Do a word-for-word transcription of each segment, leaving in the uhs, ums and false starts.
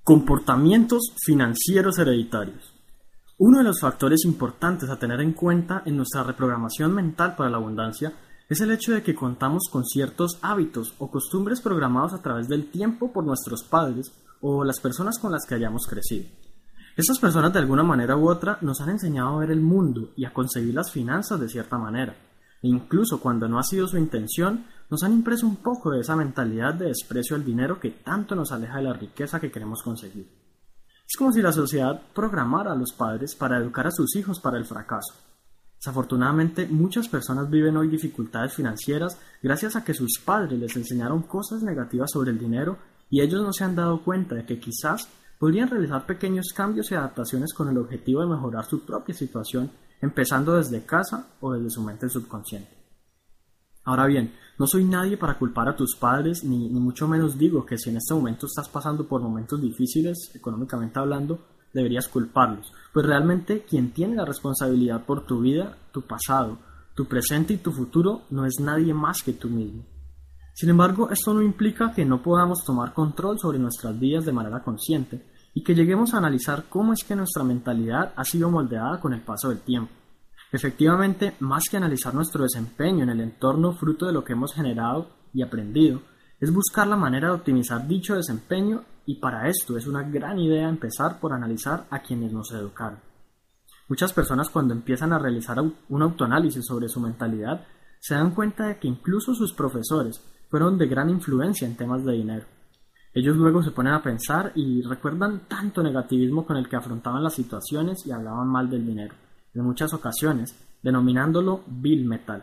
Comportamientos financieros hereditarios. Uno de los factores importantes a tener en cuenta en nuestra reprogramación mental para la abundancia es el hecho de que contamos con ciertos hábitos o costumbres programados a través del tiempo por nuestros padres o las personas con las que hayamos crecido. Estas personas de alguna manera u otra nos han enseñado a ver el mundo y a concebir las finanzas de cierta manera, e incluso cuando no ha sido su intención, nos han impreso un poco de esa mentalidad de desprecio al dinero que tanto nos aleja de la riqueza que queremos conseguir. Es como si la sociedad programara a los padres para educar a sus hijos para el fracaso. Desafortunadamente, muchas personas viven hoy dificultades financieras gracias a que sus padres les enseñaron cosas negativas sobre el dinero y ellos no se han dado cuenta de que quizás podrían realizar pequeños cambios y adaptaciones con el objetivo de mejorar su propia situación, empezando desde casa o desde su mente subconsciente. Ahora bien, no soy nadie para culpar a tus padres, ni, ni mucho menos digo que si en este momento estás pasando por momentos difíciles, económicamente hablando, deberías culparlos, pues realmente quien tiene la responsabilidad por tu vida, tu pasado, tu presente y tu futuro no es nadie más que tú mismo. Sin embargo, esto no implica que no podamos tomar control sobre nuestras vidas de manera consciente y que lleguemos a analizar cómo es que nuestra mentalidad ha sido moldeada con el paso del tiempo. Efectivamente, más que analizar nuestro desempeño en el entorno fruto de lo que hemos generado y aprendido, es buscar la manera de optimizar dicho desempeño y para esto es una gran idea empezar por analizar a quienes nos educaron. Muchas personas cuando empiezan a realizar un autoanálisis sobre su mentalidad se dan cuenta de que incluso sus profesores fueron de gran influencia en temas de dinero. Ellos luego se ponen a pensar y recuerdan tanto negativismo con el que afrontaban las situaciones y hablaban mal del dinero, en muchas ocasiones denominándolo Bill Metal.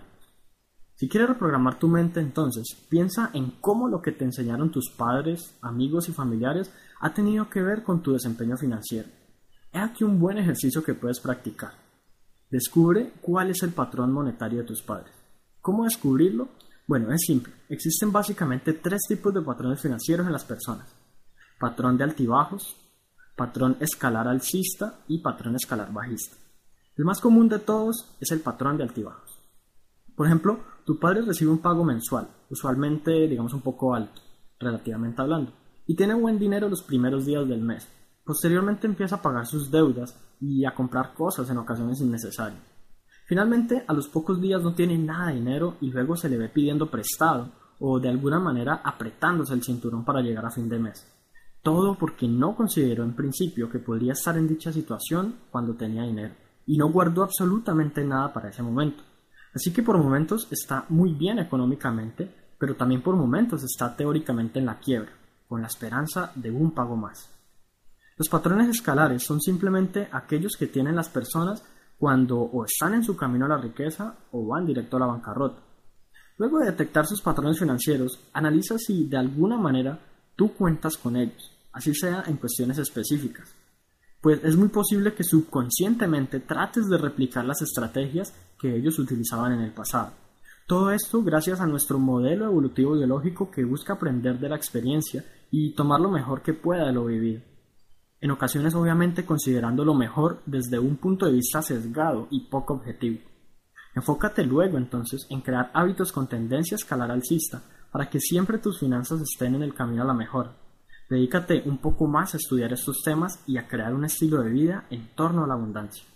Si quieres reprogramar tu mente, entonces piensa en cómo lo que te enseñaron tus padres, amigos y familiares ha tenido que ver con tu desempeño financiero. He aquí un buen ejercicio que puedes practicar. Descubre cuál es el patrón monetario de tus padres. ¿Cómo descubrirlo? Bueno, es simple. Existen básicamente tres tipos de patrones financieros en las personas: patrón de altibajos, patrón escalar alcista y patrón escalar bajista. El más común de todos es el patrón de altibajos. Por ejemplo, tu padre recibe un pago mensual, usualmente digamos un poco alto, relativamente hablando, y tiene buen dinero los primeros días del mes. Posteriormente empieza a pagar sus deudas y a comprar cosas en ocasiones innecesarias. Finalmente, a los pocos días no tiene nada de dinero y luego se le ve pidiendo prestado o de alguna manera apretándose el cinturón para llegar a fin de mes. Todo porque no consideró en principio que podría estar en dicha situación cuando tenía dinero y no guardó absolutamente nada para ese momento. Así que por momentos está muy bien económicamente, pero también por momentos está teóricamente en la quiebra, con la esperanza de un pago más. Los patrones escalares son simplemente aquellos que tienen las personas cuando o están en su camino a la riqueza o van directo a la bancarrota. Luego de detectar sus patrones financieros, analiza si de alguna manera tú cuentas con ellos, así sea en cuestiones específicas. Pues es muy posible que subconscientemente trates de replicar las estrategias que ellos utilizaban en el pasado. Todo esto gracias a nuestro modelo evolutivo biológico que busca aprender de la experiencia y tomar lo mejor que pueda de lo vivido. En ocasiones obviamente considerando lo mejor desde un punto de vista sesgado y poco objetivo. Enfócate luego entonces en crear hábitos con tendencia a escalar alcista para que siempre tus finanzas estén en el camino a la mejora. Dedícate un poco más a estudiar estos temas y a crear un estilo de vida en torno a la abundancia.